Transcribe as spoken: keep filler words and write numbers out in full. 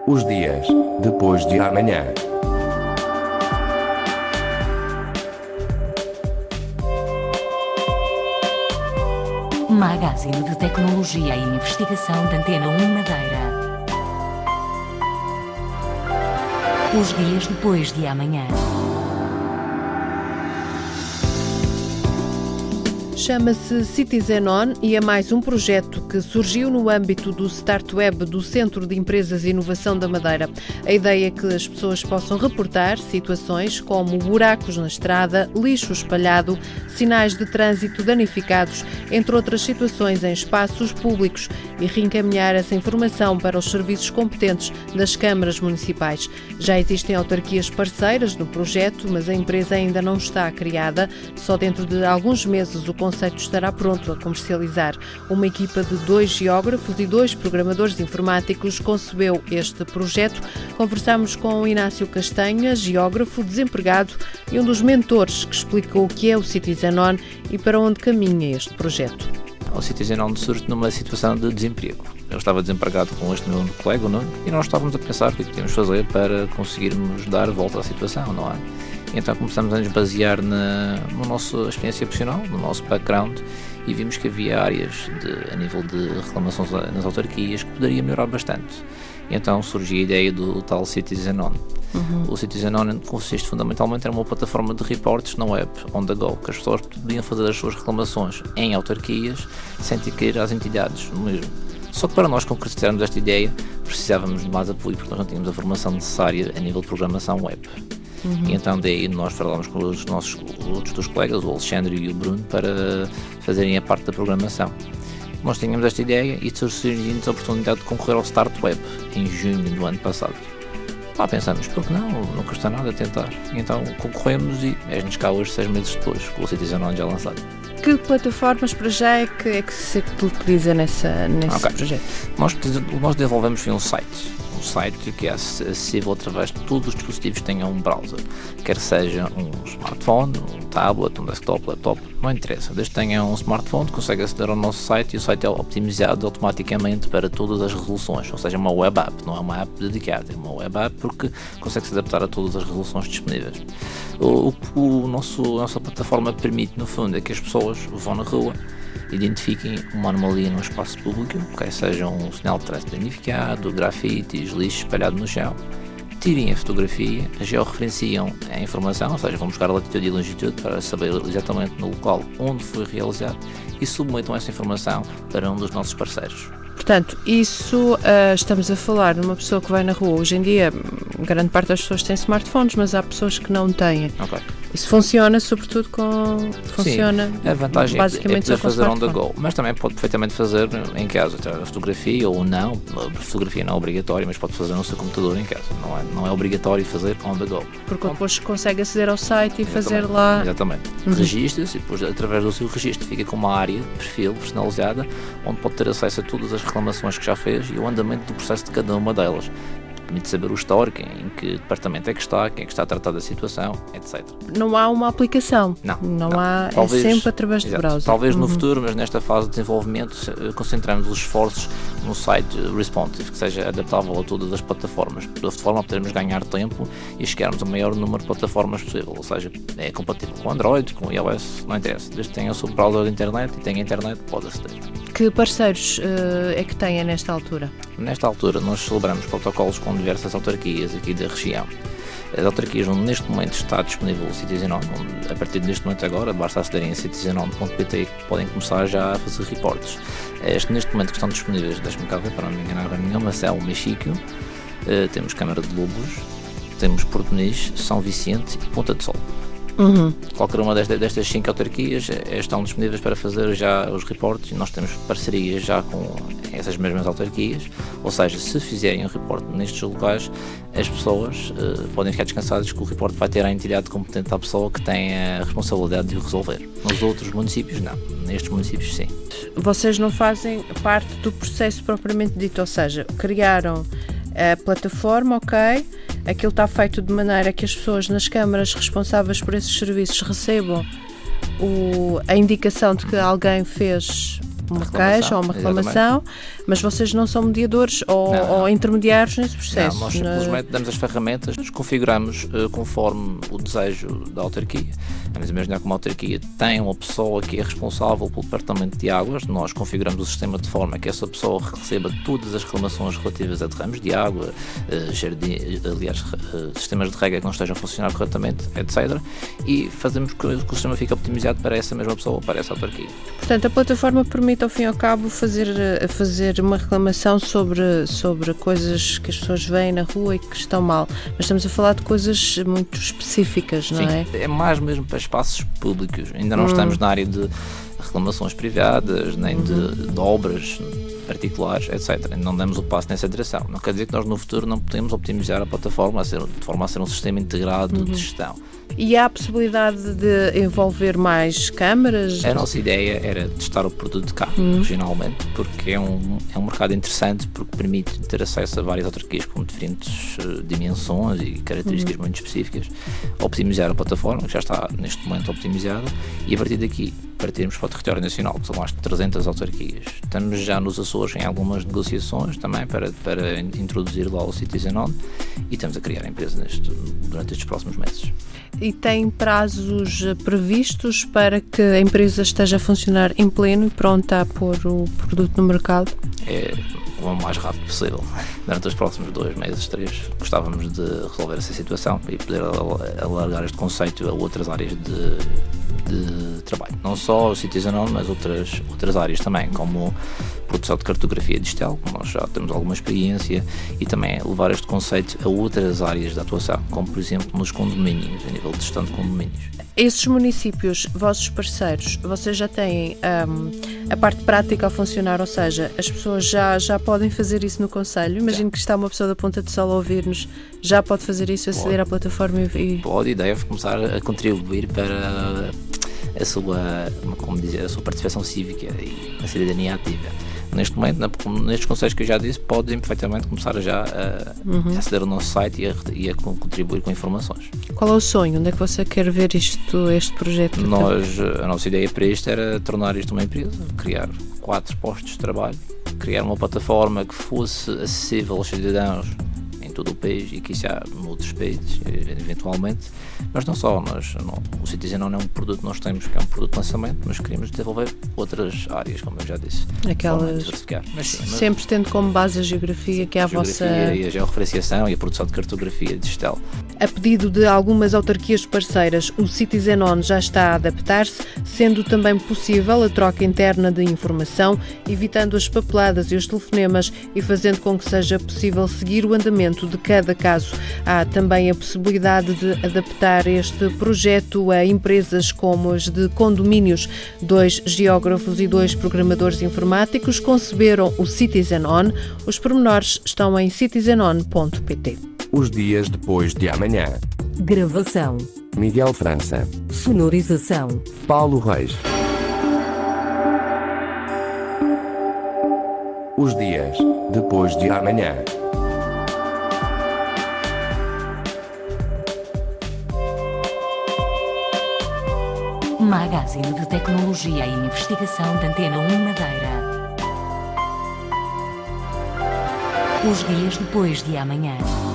Os dias depois de amanhã. Magazine de Tecnologia e Investigação da Antena um Madeira. Os dias depois de amanhã. Chama-se CitizenOn e é mais um projeto que surgiu no âmbito do StartWeb do Centro de Empresas e Inovação da Madeira. A ideia é que as pessoas possam reportar situações como buracos na estrada, lixo espalhado, sinais de trânsito danificados, entre outras situações em espaços públicos, e reencaminhar essa informação para os serviços competentes das câmaras municipais. Já existem autarquias parceiras no projeto, mas a empresa ainda não está criada. Só dentro de alguns meses o O conceito estará pronto a comercializar. Uma equipa de dois geógrafos e dois programadores informáticos concebeu este projeto. Conversamos com o Inácio Castanha, geógrafo desempregado e um dos mentores que explicou o que é o CitizenOn e para onde caminha este projeto. O CitizenOn surge numa situação de desemprego. Eu estava desempregado com este meu colega, não é? E nós estávamos a pensar o que podíamos fazer para conseguirmos dar volta à situação, não é? Então começamos a nos basear na, na nossa experiência profissional, no nosso background, e vimos que havia áreas de, a nível de reclamações nas autarquias que poderia melhorar bastante. E então surgiu a ideia do tal CitizenOn. Uhum. O CitizenOn consiste fundamentalmente em uma plataforma de reportes na web, on the go, que as pessoas podiam fazer as suas reclamações em autarquias sem ter que ir às entidades no mesmo. Só que para nós concretizarmos esta ideia precisávamos de mais apoio, porque nós não tínhamos a formação necessária a nível de programação web. Uhum. E então daí nós falámos com os nossos outros dois colegas, o Alexandre e o Bruno, para fazerem a parte da programação. Nós tínhamos esta ideia e surgiu-nos a oportunidade de concorrer ao StartWeb em junho do ano passado. Lá pensamos, porque não, não custa nada tentar. E então concorremos e és-nos cá hoje, seis meses depois, com o CitizenOn já lançado. Que plataformas para já é que, é que se utiliza nessa, nesse okay. projeto? Nós, nós desenvolvemos um site. Um site que é acessível através de todos os dispositivos que tenham um browser, quer seja um smartphone, um tablet, um desktop, laptop, não interessa, desde que tenha um smartphone consegue aceder ao nosso site e o site é optimizado automaticamente para todas as resoluções, ou seja, uma web app, não é uma app dedicada, é uma web app porque consegue se adaptar a todas as resoluções disponíveis. O, o, o nosso, a nossa plataforma permite, no fundo, é que as pessoas vão na rua, identifiquem uma anomalia num espaço público, quer seja um sinal de trânsito danificado, grafites, lixo espalhado no chão, tirem a fotografia, georreferenciam a informação, ou seja, vão buscar a latitude e a longitude para saber exatamente no local onde foi realizado e submetam essa informação para um dos nossos parceiros. Portanto, isso, uh, estamos a falar de uma pessoa que vai na rua. Hoje em dia, grande parte das pessoas têm smartphones, mas há pessoas que não têm. Okay. Isso funciona, sobretudo, com... Funciona, sim, a vantagem basicamente é poder fazer on the go, mas também pode perfeitamente fazer em casa, a fotografia ou não. A fotografia não é obrigatória, mas pode fazer no seu computador em casa. Não é, não é obrigatório fazer on the go. Porque depois consegue aceder ao site e exatamente, fazer lá... Exatamente. Uhum. Registra-se e depois, através do seu registro, fica com uma área de perfil personalizada, onde pode ter acesso a todas as reclamações que já fez e o andamento do processo de cada uma delas. Permite saber o histórico, em que departamento é que está, quem é que está a tratar da situação, etcétera. Não há uma aplicação? Não. Não, não. há, talvez, é sempre através exato, do browser? Talvez uhum. no futuro, mas nesta fase de desenvolvimento concentramos os esforços no site responsive, que seja adaptável a todas as plataformas, de forma a podermos ganhar tempo e chegarmos ao maior número de plataformas possível, ou seja, é compatível com Android, com iOS, não interessa, desde que tenha o seu browser de internet e tenha internet, pode aceder. Que parceiros uh, é que tenha nesta altura? Nesta altura nós celebramos protocolos com diversas autarquias aqui da região. As autarquias onde neste momento está disponível o CitizenOn, onde a partir deste momento agora, basta acederem a citizenon ponto pt que podem começar já a fazer reportes. Este, neste momento que estão disponíveis, deixe-me cá ver para não me enganar nenhuma, é o Mexico, uh, temos Câmara de Lobos, temos Porto Muniz, São Vicente e Ponta de Sol. Uhum. Qualquer uma destas, destas cinco autarquias estão disponíveis para fazer já os reportes e nós temos parcerias já com essas mesmas autarquias, ou seja, se fizerem um reporte nestes locais, as pessoas uh, podem ficar descansadas que o reporte vai ter a entidade competente à pessoa que tem a responsabilidade de o resolver. Nos outros municípios não, nestes municípios sim. Vocês não fazem parte do processo propriamente dito, ou seja, criaram a plataforma, ok, aquilo está feito de maneira que as pessoas nas câmaras responsáveis por esses serviços recebam o, a indicação de que alguém fez uma queixa ou uma reclamação, exatamente. Mas vocês não são mediadores ou, não, ou intermediários nesse processo? Não, nós simplesmente na... damos as ferramentas, nos configuramos uh, conforme o desejo da autarquia. Vamos imaginar que uma autarquia tem uma pessoa que é responsável pelo departamento de águas, nós configuramos o sistema de forma que essa pessoa receba todas as reclamações relativas a derrames de água, uh, jardim, aliás, uh, sistemas de rega que não estejam a funcionar corretamente, etcétera. E fazemos que o sistema fique optimizado para essa mesma pessoa, para essa autarquia. Portanto, a plataforma permite, ao fim e ao cabo, fazer, fazer uma reclamação sobre, sobre coisas que as pessoas veem na rua e que estão mal. Mas estamos a falar de coisas muito específicas, não Sim, é? É mais mesmo para espaços públicos. Ainda não hum. estamos na área de reclamações privadas, nem uhum. de, de obras particulares, etcétera. Não damos o passo nessa direção. Não quer dizer que nós no futuro não podemos optimizar a plataforma a ser, de forma a ser um sistema integrado uhum. de gestão. E há a possibilidade de envolver mais câmaras? A nossa ideia era testar o produto de cá, uhum. regionalmente, porque é um, é um mercado interessante, porque permite ter acesso a várias autarquias com diferentes uh, dimensões e características uhum. muito específicas, optimizar a plataforma, que já está neste momento optimizada, e a partir daqui partirmos para o território nacional, que são mais de trezentas autarquias. Estamos já nos Açores em algumas negociações também para, para introduzir lá o Citizen On e estamos a criar a empresa neste, durante estes próximos meses. E tem prazos previstos para que a empresa esteja a funcionar em pleno e pronta a pôr o produto no mercado? É o mais rápido possível. Durante os próximos dois meses, três, gostávamos de resolver essa situação e poder alargar este conceito a outras áreas de, de trabalho. Não só o Citizen On, mas outras, outras áreas também, como produção de cartografia digital, como nós já temos alguma experiência, e também levar este conceito a outras áreas de atuação, como por exemplo nos condomínios, a nível de gestão de condomínios. Esses municípios, vossos parceiros, vocês já têm um, a parte prática a funcionar, ou seja, as pessoas já, já podem fazer isso no concelho? Imagino que está uma pessoa da Ponta de Sol a ouvir-nos, já pode fazer isso, aceder pode. à plataforma e... Pode e deve começar a contribuir para a sua, como dizer, a sua participação cívica e a cidadania ativa. Neste momento, nestes conselhos que eu já disse, podem perfeitamente começar já a, uhum. a aceder ao nosso site e a, e a contribuir com informações. Qual é o sonho? Onde é que você quer ver isto, este projeto? Nós, a nossa ideia para isto era tornar isto uma empresa, criar quatro postos de trabalho, criar uma plataforma que fosse acessível aos cidadãos em todo o país e que isso há noutros países, eventualmente, mas não só, nós, não, o Citizen não é um produto que nós temos, que é um produto de lançamento, mas queremos desenvolver outras áreas, como eu já disse. Aquelas, mas, sim, mas, sempre tendo como base a geografia, sim, que é a, a vossa... e a georreferenciação e a produção de cartografia digital. A pedido de algumas autarquias parceiras, o Citizen On já está a adaptar-se, sendo também possível a troca interna de informação, evitando as papeladas e os telefonemas e fazendo com que seja possível seguir o andamento de cada caso. Há também a possibilidade de adaptar este projeto a empresas como as de condomínios. Dois geógrafos e dois programadores informáticos conceberam o Citizen On. Os pormenores estão em citizen on ponto pt. Os dias depois de amanhã. Gravação: Miguel França. Sonorização: Paulo Reis. Os dias depois de amanhã. Magazine de Tecnologia e Investigação da Antena um Madeira. Os dias depois de amanhã.